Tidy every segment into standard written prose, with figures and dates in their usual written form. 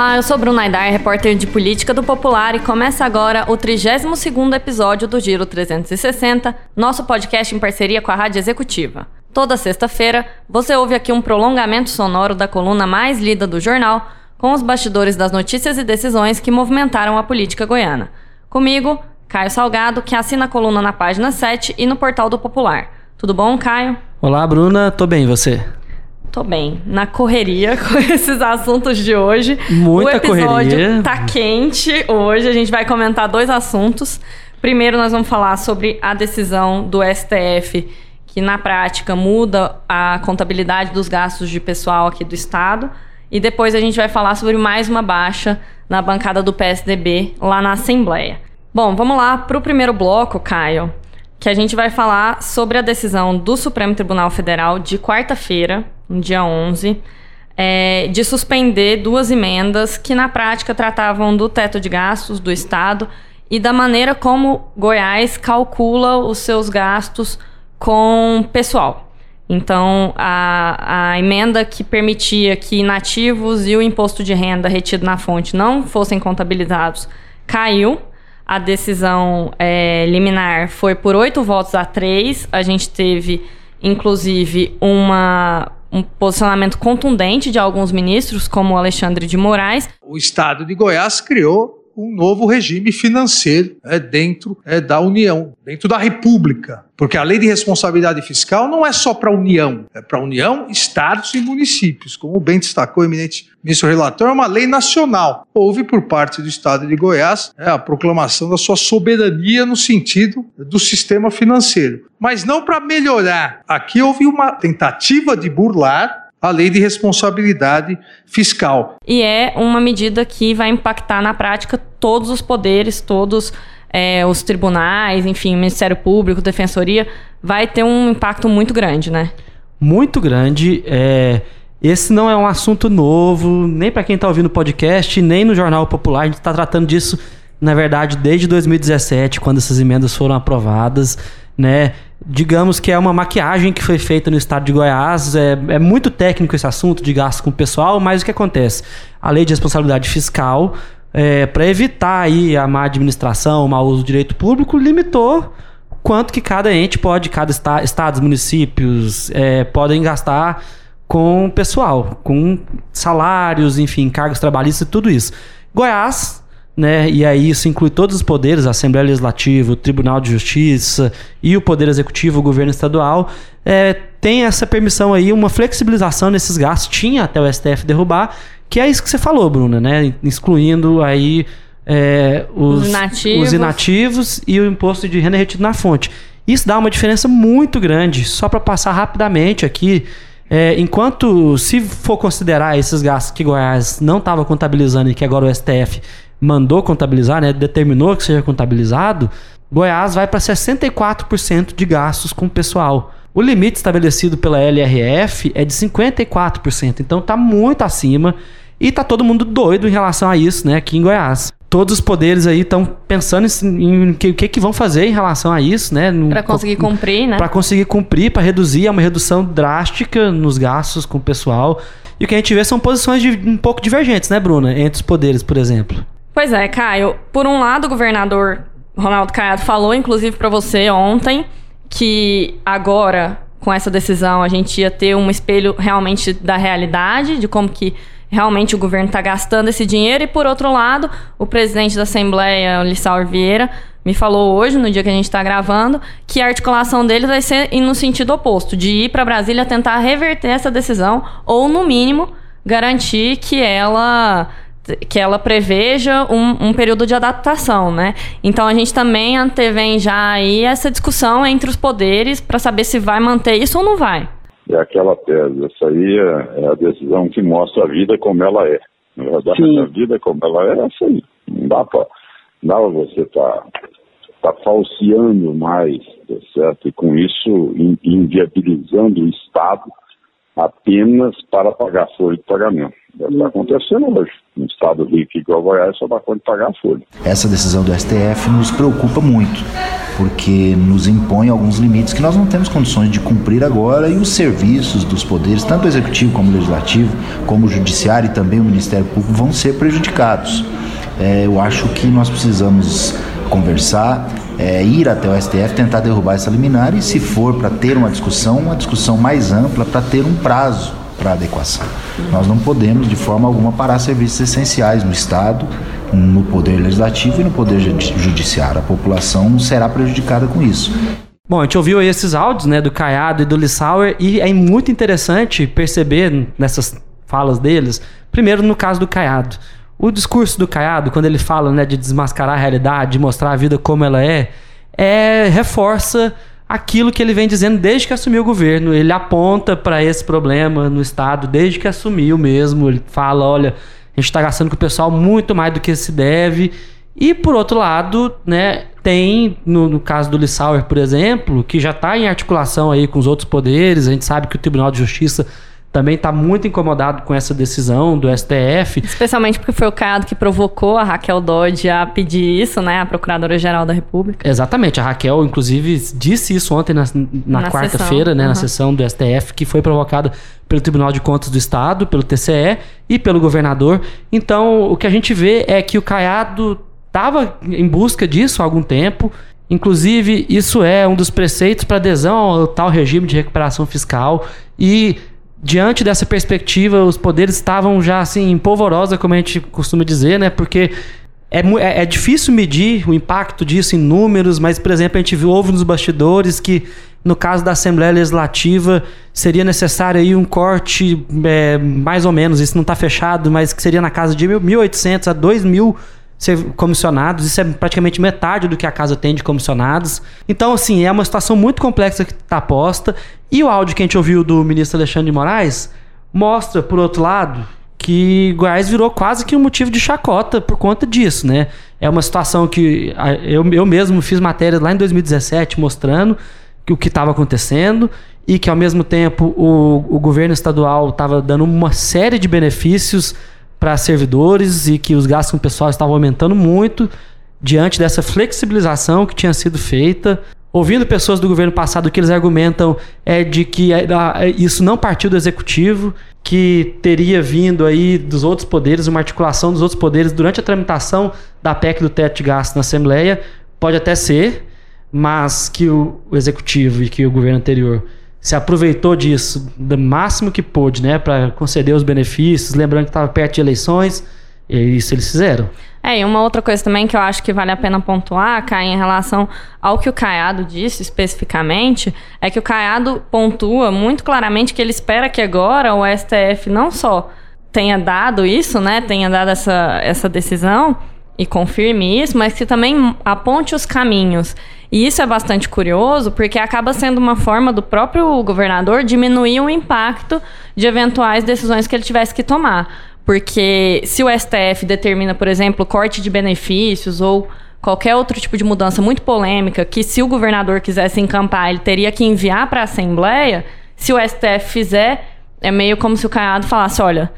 Olá, eu sou Bruna Aidar, repórter de política do Popular, e começa agora o 32º episódio do Giro 360, nosso podcast em parceria com a Rádio Executiva. Toda sexta-feira, você ouve aqui um prolongamento sonoro da coluna mais lida do jornal, com os bastidores das notícias e decisões que movimentaram a política goiana. Comigo, Caio Salgado, que assina a coluna na página 7 e no portal do Popular. Tudo bom, Caio? Olá, Bruna. Tô bem, e você? Tô bem, na correria com esses assuntos de hoje. Muita correria. O episódio tá quente hoje, a gente vai comentar 2 assuntos. Primeiro nós vamos falar sobre a decisão do STF, que na prática muda a contabilidade dos gastos de pessoal aqui do Estado. E depois a gente vai falar sobre mais uma baixa na bancada do PSDB lá na Assembleia. Bom, vamos lá pro primeiro bloco, Caio, que a gente vai falar sobre a decisão do Supremo Tribunal Federal de quarta-feira, no dia 11, de suspender 2 emendas que na prática tratavam do teto de gastos do Estado e da maneira como Goiás calcula os seus gastos com pessoal. Então, a emenda que permitia que inativos e o imposto de renda retido na fonte não fossem contabilizados caiu. A decisão liminar foi por 8-3. A gente teve, inclusive, um posicionamento contundente de alguns ministros, como o Alexandre de Moraes. O Estado de Goiás criou um novo regime financeiro dentro da União, dentro da República. Porque a lei de responsabilidade fiscal não é só para a União, é para a União, estados e municípios. Como bem destacou o eminente ministro relator, é uma lei nacional. Houve por parte do Estado de Goiás a proclamação da sua soberania no sentido do sistema financeiro. Mas não para melhorar. Aqui houve uma tentativa de burlar a lei de responsabilidade fiscal. E é uma medida que vai impactar na prática todos os poderes, todos os tribunais, enfim, Ministério Público, Defensoria, vai ter um impacto muito grande, né? Muito grande. Esse não é um assunto novo, nem para quem está ouvindo o podcast, nem no Jornal Popular. A gente está tratando disso, na verdade, desde 2017, quando essas emendas foram aprovadas, né? Digamos que é uma maquiagem que foi feita no estado de Goiás. É muito técnico esse assunto de gasto com o pessoal, mas o que acontece? A lei de responsabilidade fiscal, para evitar aí a má administração, o mau uso do direito público, limitou quanto que cada ente pode, cada estados, municípios, podem gastar com o pessoal, com salários, enfim, cargos trabalhistas e tudo isso. Goiás, né, e aí isso inclui todos os poderes, a Assembleia Legislativa, o Tribunal de Justiça e o Poder Executivo, o governo estadual, tem essa permissão aí, uma flexibilização nesses gastos, tinha até o STF derrubar, que é isso que você falou, Bruna, né, excluindo aí os inativos e o imposto de renda retido na fonte. Isso dá uma diferença muito grande. Só para passar rapidamente aqui, enquanto, se for considerar esses gastos que Goiás não estava contabilizando e que agora o STF mandou contabilizar, né, determinou que seja contabilizado, Goiás vai para 64% de gastos com o pessoal. O limite estabelecido pela LRF é de 54%, então está muito acima e está todo mundo doido em relação a isso, né, aqui em Goiás. Todos os poderes aí estão pensando em o que vão fazer em relação a isso, né? Para conseguir cumprir, né? Para conseguir cumprir, para reduzir, é uma redução drástica nos gastos com o pessoal. E o que a gente vê são posições um pouco divergentes, né, Bruna? Entre os poderes, por exemplo. Pois é, Caio. Por um lado, o governador Ronaldo Caiado falou, inclusive para você ontem, que agora, com essa decisão, a gente ia ter um espelho realmente da realidade, de como que realmente o governo está gastando esse dinheiro. E, por outro lado, o presidente da Assembleia, Lissauer Vieira, me falou hoje, no dia que a gente está gravando, que a articulação dele vai ser no sentido oposto, de ir para Brasília tentar reverter essa decisão ou, no mínimo, garantir que ela preveja um período de adaptação, né? Então, a gente também antevém já aí essa discussão entre os poderes para saber se vai manter isso ou não vai. É aquela tese, essa aí é a decisão que mostra a vida como ela é. Na verdade, sim, a vida como ela é essa aí. Não dá pra você tá falseando mais, tá certo? E com isso inviabilizando o Estado apenas para pagar folha de pagamento. Deve estar acontecendo hoje. Um estado rico igual Goiás só dá conta de pagar a folha. Essa decisão do STF nos preocupa muito, porque nos impõe alguns limites que nós não temos condições de cumprir agora, e os serviços dos poderes, tanto o executivo como o legislativo, como o judiciário e também o Ministério Público, vão ser prejudicados. Eu acho que nós precisamos conversar, ir até o STF, tentar derrubar essa liminar, e se for para ter uma discussão mais ampla, para ter um prazo para adequação. Nós não podemos de forma alguma parar serviços essenciais no Estado, no Poder Legislativo e no Poder Judiciário. A população será prejudicada com isso. Bom, a gente ouviu aí esses áudios, né, do Caiado e do Lissauer, e é muito interessante perceber nessas falas deles, primeiro no caso do Caiado. O discurso do Caiado, quando ele fala, né, de desmascarar a realidade, de mostrar a vida como ela reforça aquilo que ele vem dizendo desde que assumiu o governo. Ele aponta para esse problema no Estado desde que assumiu mesmo. Ele fala, olha, a gente está gastando com o pessoal muito mais do que se deve. E, por outro lado, né, tem, no caso do Lissauer, por exemplo, que já está em articulação aí com os outros poderes. A gente sabe que o Tribunal de Justiça também está muito incomodado com essa decisão do STF. Especialmente porque foi o Caiado que provocou a Raquel Dodge a pedir isso, né? A Procuradora-Geral da República. Exatamente. A Raquel, inclusive, disse isso ontem na quarta-feira, né? Na sessão do STF, que foi provocada pelo Tribunal de Contas do Estado, pelo TCE e pelo governador. Então, o que a gente vê é que o Caiado estava em busca disso há algum tempo. Inclusive, isso é um dos preceitos para adesão ao tal regime de recuperação fiscal. E diante dessa perspectiva, os poderes estavam já assim em polvorosa, como a gente costuma dizer, né? Porque é difícil medir o impacto disso em números, mas, por exemplo, a gente ouve nos bastidores que, no caso da Assembleia Legislativa, seria necessário aí um corte, mais ou menos, isso não está fechado, mas que seria na casa de 1.800 a 2.000 comissionados. Isso é praticamente metade do que a casa tem de comissionados. Então, assim, é uma situação muito complexa que está posta. E o áudio que a gente ouviu do ministro Alexandre de Moraes mostra, por outro lado, que Goiás virou quase que um motivo de chacota por conta disso, né? É uma situação que eu mesmo fiz matéria lá em 2017 mostrando o que estava acontecendo, e que, ao mesmo tempo, o governo estadual estava dando uma série de benefícios para servidores, e que os gastos com o pessoal estavam aumentando muito diante dessa flexibilização que tinha sido feita. Ouvindo pessoas do governo passado, o que eles argumentam é de que isso não partiu do executivo, que teria vindo aí dos outros poderes, uma articulação dos outros poderes durante a tramitação da PEC do teto de gastos na Assembleia. Pode até ser, mas que o executivo e que o governo anterior se aproveitou disso do máximo que pôde, né, para conceder os benefícios, lembrando que estava perto de eleições, e isso eles fizeram. E uma outra coisa também que eu acho que vale a pena pontuar, Kai, em relação ao que o Caiado disse especificamente, é que o Caiado pontua muito claramente que ele espera que agora o STF não só tenha dado isso, né, tenha dado essa decisão e confirme isso, mas que também aponte os caminhos. E isso é bastante curioso, porque acaba sendo uma forma do próprio governador diminuir o impacto de eventuais decisões que ele tivesse que tomar. Porque se o STF determina, por exemplo, corte de benefícios ou qualquer outro tipo de mudança muito polêmica, que se o governador quisesse encampar, ele teria que enviar para a Assembleia, se o STF fizer, é meio como se o Caiado falasse, olha,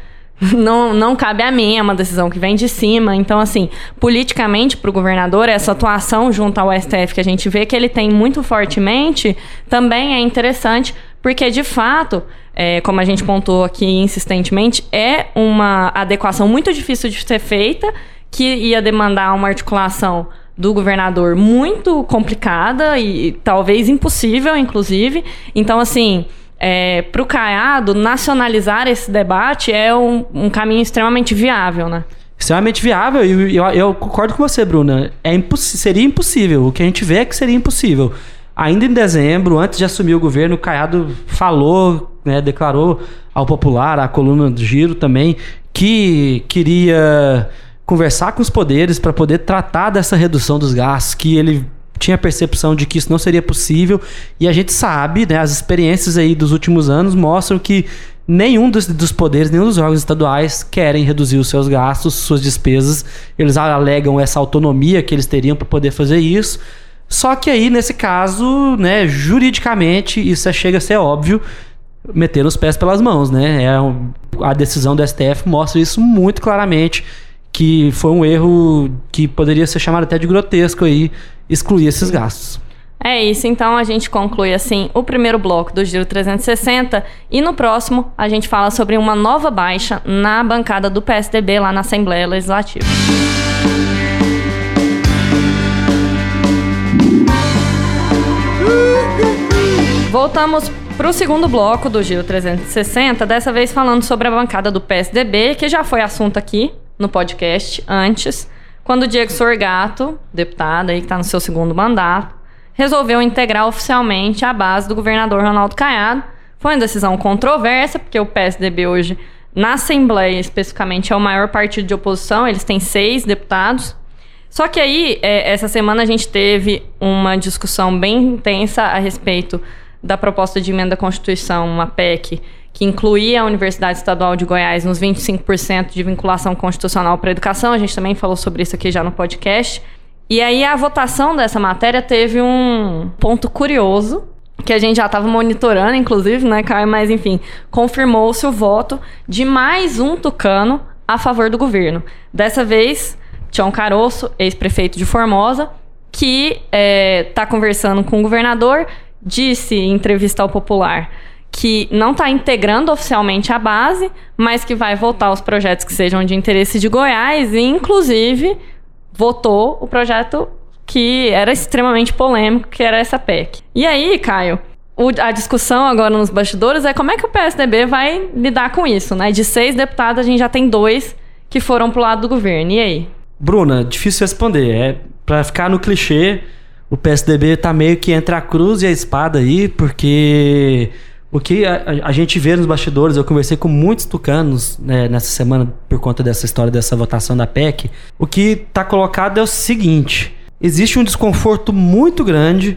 não cabe a mim, é uma decisão que vem de cima. Então, assim, politicamente, para o governador, essa atuação junto ao STF que a gente vê que ele tem muito fortemente, também é interessante, porque, de fato, como a gente pontuou aqui insistentemente, é uma adequação muito difícil de ser feita, que ia demandar uma articulação do governador muito complicada e talvez impossível, inclusive. Então, assim, para o Caiado, nacionalizar esse debate é um caminho extremamente viável, né? Extremamente viável, e eu concordo com você, Bruna. Seria impossível. O que a gente vê é que seria impossível. Ainda em dezembro, antes de assumir o governo, o Caiado falou, né, declarou ao Popular, à coluna do Giro também, que queria conversar com os poderes para poder tratar dessa redução dos gastos, que ele tinha a percepção de que isso não seria possível. E a gente sabe, né, as experiências aí dos últimos anos mostram que nenhum dos poderes, nenhum dos órgãos estaduais querem reduzir os seus gastos, suas despesas. Eles alegam essa autonomia que eles teriam para poder fazer isso. Só que aí, nesse caso, né, juridicamente, isso chega a ser óbvio. meteram os pés pelas mãos, né? A decisão do STF mostra isso muito claramente, que foi um erro que poderia ser chamado até de grotesco aí, excluir esses gastos. É isso, então a gente conclui assim o primeiro bloco do Giro 360 e no próximo a gente fala sobre uma nova baixa na bancada do PSDB lá na Assembleia Legislativa. Voltamos para o segundo bloco do Giro 360, dessa vez falando sobre a bancada do PSDB, que já foi assunto aqui no podcast antes, quando o Diego Sorgato, deputado aí que está no seu segundo mandato, resolveu integrar oficialmente a base do governador Ronaldo Caiado. Foi uma decisão controversa, porque o PSDB hoje, na Assembleia especificamente, é o maior partido de oposição, eles têm 6 deputados. Só que aí, essa semana a gente teve uma discussão bem intensa a respeito da proposta de emenda à Constituição, uma PEC, que incluía a Universidade Estadual de Goiás nos 25% de vinculação constitucional para a educação. A gente também falou sobre isso aqui já no podcast. E aí a votação dessa matéria teve um ponto curioso, que a gente já estava monitorando, inclusive, né, Caio? Mas, enfim, confirmou-se o voto de mais um tucano a favor do governo. Dessa vez, Tião Caroço, ex-prefeito de Formosa, que está conversando com o governador, disse em entrevista ao Popular que não está integrando oficialmente a base, mas que vai votar os projetos que sejam de interesse de Goiás e, inclusive, votou o projeto que era extremamente polêmico, que era essa PEC. E aí, Caio, a discussão agora nos bastidores é como é que o PSDB vai lidar com isso, né? De 6 deputados, a gente já tem 2 que foram pro lado do governo. E aí? Bruna, difícil responder. Pra ficar no clichê, o PSDB tá meio que entre a cruz e a espada aí, porque o que a gente vê nos bastidores, eu conversei com muitos tucanos, né, nessa semana por conta dessa história, dessa votação da PEC, o que tá colocado é o seguinte: existe um desconforto muito grande,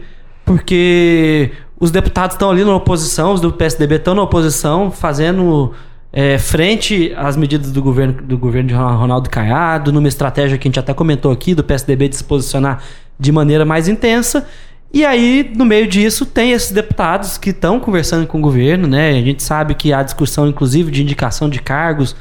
porque os deputados estão ali na oposição, os do PSDB estão na oposição, fazendo frente às medidas do governo de Ronaldo Caiado, numa estratégia que a gente até comentou aqui, do PSDB de se posicionar de maneira mais intensa. E aí, no meio disso, tem esses deputados que estão conversando com o governo, né? A gente sabe que há discussão, inclusive, de indicação de cargos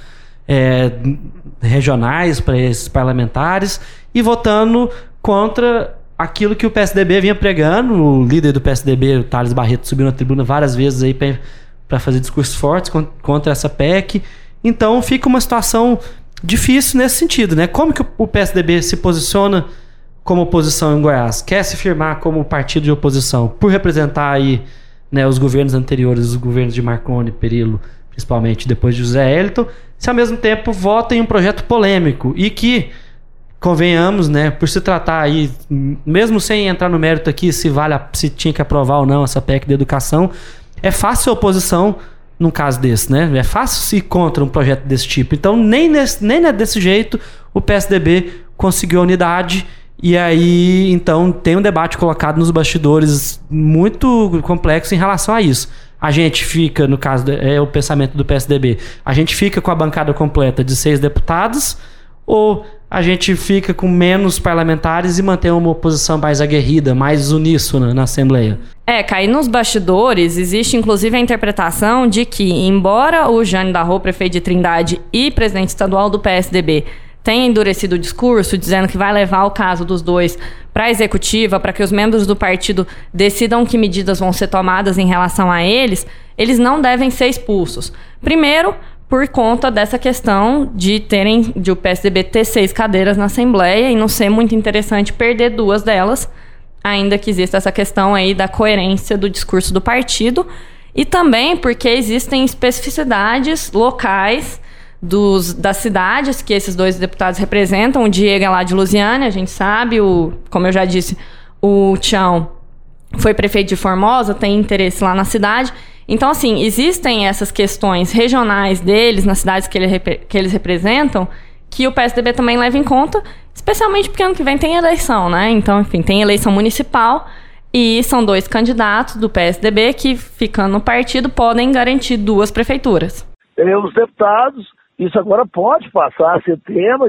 regionais para esses parlamentares e votando contra aquilo que o PSDB vinha pregando. O líder do PSDB, o Thales Barreto, subiu na tribuna várias vezes aí para fazer discursos fortes contra essa PEC. Então, fica uma situação difícil nesse sentido, né? Como que o PSDB se posiciona como oposição em Goiás? Quer se firmar como partido de oposição por representar aí, né, os governos anteriores, os governos de Marconi, Perillo, principalmente depois de José Hélito, se ao mesmo tempo vota em um projeto polêmico e que, convenhamos, né, por se tratar aí, mesmo sem entrar no mérito aqui se tinha que aprovar ou não essa PEC de educação, é fácil a oposição num caso desse, né? É fácil se ir contra um projeto desse tipo. Então, nem desse jeito o PSDB conseguiu a unidade. E aí, então, tem um debate colocado nos bastidores muito complexo em relação a isso. A gente fica, no caso, o pensamento do PSDB, a gente fica com a bancada completa de 6 deputados, ou a gente fica com menos parlamentares e mantém uma oposição mais aguerrida, mais uníssona na Assembleia? Cair nos bastidores, existe inclusive a interpretação de que, embora o Jânio da Rô, prefeito de Trindade e presidente estadual do PSDB, tenha endurecido o discurso, dizendo que vai levar o caso dos dois para a executiva, para que os membros do partido decidam que medidas vão ser tomadas em relação a eles, eles não devem ser expulsos. Primeiro, por conta dessa questão de o PSDB ter 6 cadeiras na Assembleia e não ser muito interessante perder 2 delas, ainda que exista essa questão aí da coerência do discurso do partido, e também porque existem especificidades locais das cidades que esses 2 deputados representam. O Diego é lá de Lusiânia, a gente sabe, como eu já disse, o Tião foi prefeito de Formosa, tem interesse lá na cidade. Então, assim, existem essas questões regionais deles, nas cidades que eles representam, que o PSDB também leva em conta, especialmente porque ano que vem tem eleição, né? Então, enfim, tem eleição municipal e são 2 candidatos do PSDB que, ficando no partido, podem garantir 2 prefeituras. Os deputados, isso agora pode passar a ser tema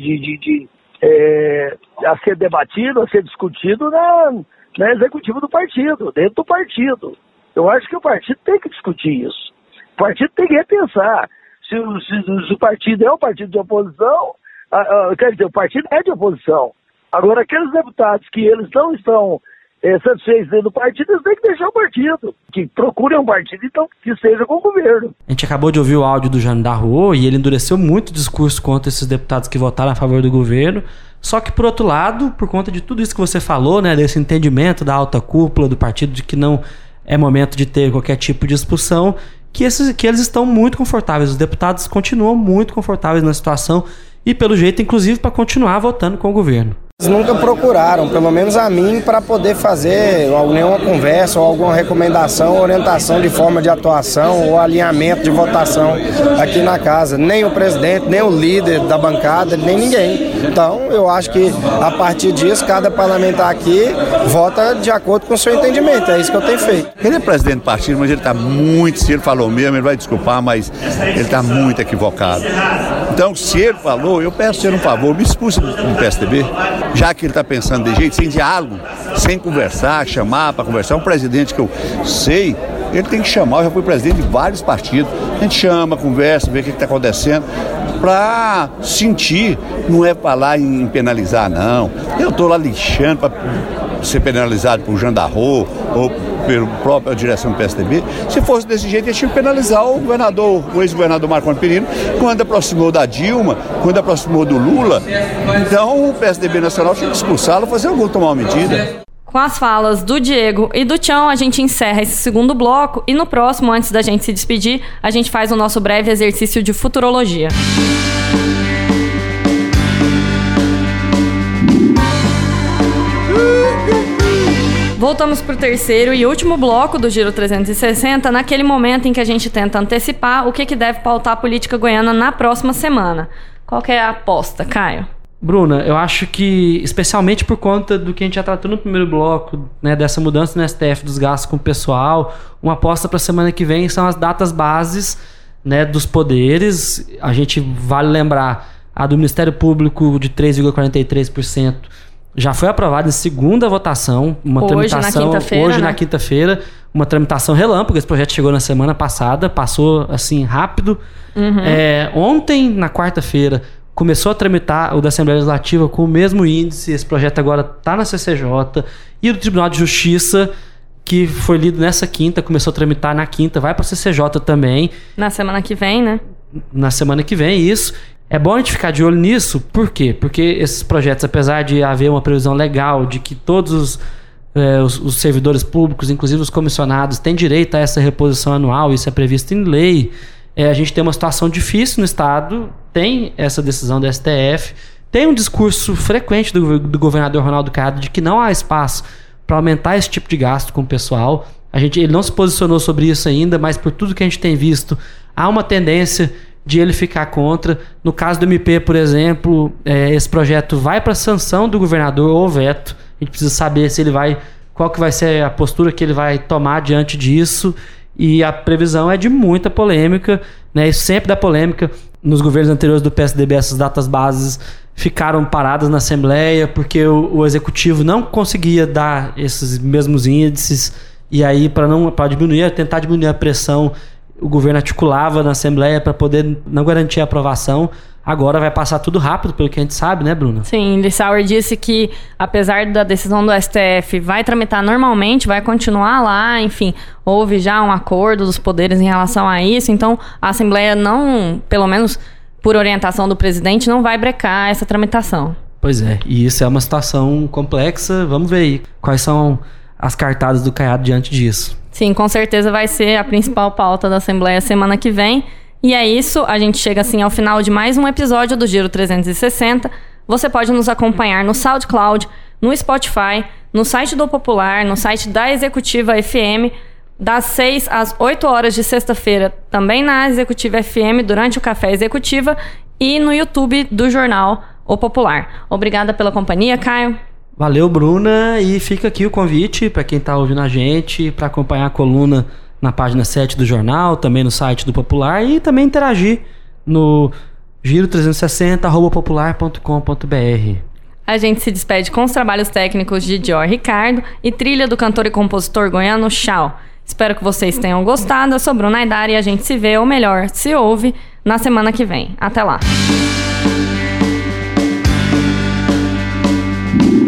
a ser debatido, a ser discutido na executiva do partido, dentro do partido. Eu acho que o partido tem que discutir isso. O partido tem que repensar. Se o partido é um partido de oposição, quer dizer, o partido é de oposição. Agora, aqueles deputados que eles não estão satisfeitos dentro do partido, eles têm que deixar o partido. Que procurem um partido, então, que seja com o governo. A gente acabou de ouvir o áudio do Jean Darro e ele endureceu muito o discurso contra esses deputados que votaram a favor do governo. Só que, por outro lado, por conta de tudo isso que você falou, né, desse entendimento da alta cúpula do partido de que não é momento de ter qualquer tipo de expulsão, que eles estão muito confortáveis. Os deputados continuam muito confortáveis na situação e, pelo jeito, inclusive, para continuar votando com o governo. Eles nunca procuraram, pelo menos a mim, para poder fazer nenhuma conversa ou alguma recomendação, orientação de forma de atuação ou alinhamento de votação aqui na casa. Nem o presidente, nem o líder da bancada, nem ninguém. Então, eu acho que a partir disso, cada parlamentar aqui vota de acordo com o seu entendimento. É isso que eu tenho feito. Ele é presidente do partido, mas ele está muito, se ele falou mesmo, ele vai desculpar, mas ele está muito equivocado. Então, se ele falou, eu peço a ele um favor, me expulse do PSDB. Já que ele está pensando de jeito, sem diálogo, sem conversar, chamar para conversar, um presidente que eu sei, ele tem que chamar, eu já fui presidente de vários partidos, a gente chama, conversa, vê o que está acontecendo, para sentir, não é falar em penalizar, não. Eu estou lá lixando para ser penalizado por Jean Darro ou pela própria direção do PSDB. Se fosse desse jeito, eles tinham que penalizar o ex-governador Marco Antônio Pereira, quando aproximou da Dilma, quando aproximou do Lula. Então o PSDB nacional tinha que expulsá-lo, fazer algum tomar uma medida. Com as falas do Diego e do Tião, a gente encerra esse segundo bloco e no próximo, antes da gente se despedir, a gente faz o nosso breve exercício de futurologia. Voltamos para o terceiro e último bloco do Giro 360, naquele momento em que a gente tenta antecipar o que deve pautar a política goiana na próxima semana. Qual que é a aposta, Caio? Bruna, eu acho que, especialmente por conta do que a gente já tratou no primeiro bloco, né, dessa mudança no STF dos gastos com o pessoal, uma aposta para a semana que vem são as datas bases, né, dos poderes. A gente vale lembrar a do Ministério Público de 3,43%. Já foi aprovado em segunda votação, hoje na quinta-feira, uma tramitação relâmpago. Esse projeto chegou na semana passada, passou assim rápido. Ontem, na quarta-feira, começou a tramitar o da Assembleia Legislativa com o mesmo índice. Esse projeto agora está na CCJ e do Tribunal de Justiça, que foi lido nessa quinta, começou a tramitar na quinta, vai para a CCJ também. Na semana que vem, né? Na semana que vem, isso. É bom a gente ficar de olho nisso, por quê? Porque esses projetos, apesar de haver uma previsão legal de que todos os servidores públicos, inclusive os comissionados, têm direito a essa reposição anual, isso é previsto em lei, a gente tem uma situação difícil no Estado, tem essa decisão do STF, tem um discurso frequente do governador Ronaldo Caiado de que não há espaço para aumentar esse tipo de gasto com o pessoal. Ele não se posicionou sobre isso ainda, mas por tudo que a gente tem visto, há uma tendência de ele ficar contra. No caso do MP, por exemplo, esse projeto vai para a sanção do governador ou veto. A gente precisa saber qual que vai ser a postura que ele vai tomar diante disso. E a previsão é de muita polêmica, né? Isso sempre dá polêmica. Nos governos anteriores do PSDB, essas datas bases ficaram paradas na Assembleia porque o Executivo não conseguia dar esses mesmos índices. E aí, para tentar diminuir a pressão, o governo articulava na Assembleia para poder não garantir a aprovação. Agora vai passar tudo rápido, pelo que a gente sabe, né, Bruna? Sim, Lissauer disse que, apesar da decisão do STF, vai tramitar normalmente, vai continuar lá, enfim, houve já um acordo dos poderes em relação a isso, então a Assembleia não, pelo menos por orientação do presidente, não vai brecar essa tramitação. Pois é, e isso é uma situação complexa, vamos ver aí quais são as cartadas do Caiado diante disso. Sim, com certeza vai ser a principal pauta da Assembleia semana que vem. E é isso, a gente chega assim ao final de mais um episódio do Giro 360. Você pode nos acompanhar no SoundCloud, no Spotify, no site do Popular, no site da Executiva FM, das 6 às 8 horas de sexta-feira, também na Executiva FM, durante o Café Executiva, e no YouTube do jornal O Popular. Obrigada pela companhia, Caio. Valeu, Bruna, e fica aqui o convite para quem está ouvindo a gente, para acompanhar a coluna na página 7 do jornal, também no site do Popular e também interagir no giro360@popular.com.br. A gente se despede com os trabalhos técnicos de Dior Ricardo e trilha do cantor e compositor goiano Chau. Espero que vocês tenham gostado. Eu sou Bruna Aidar e a gente se vê, ou melhor, se ouve, na semana que vem. Até lá!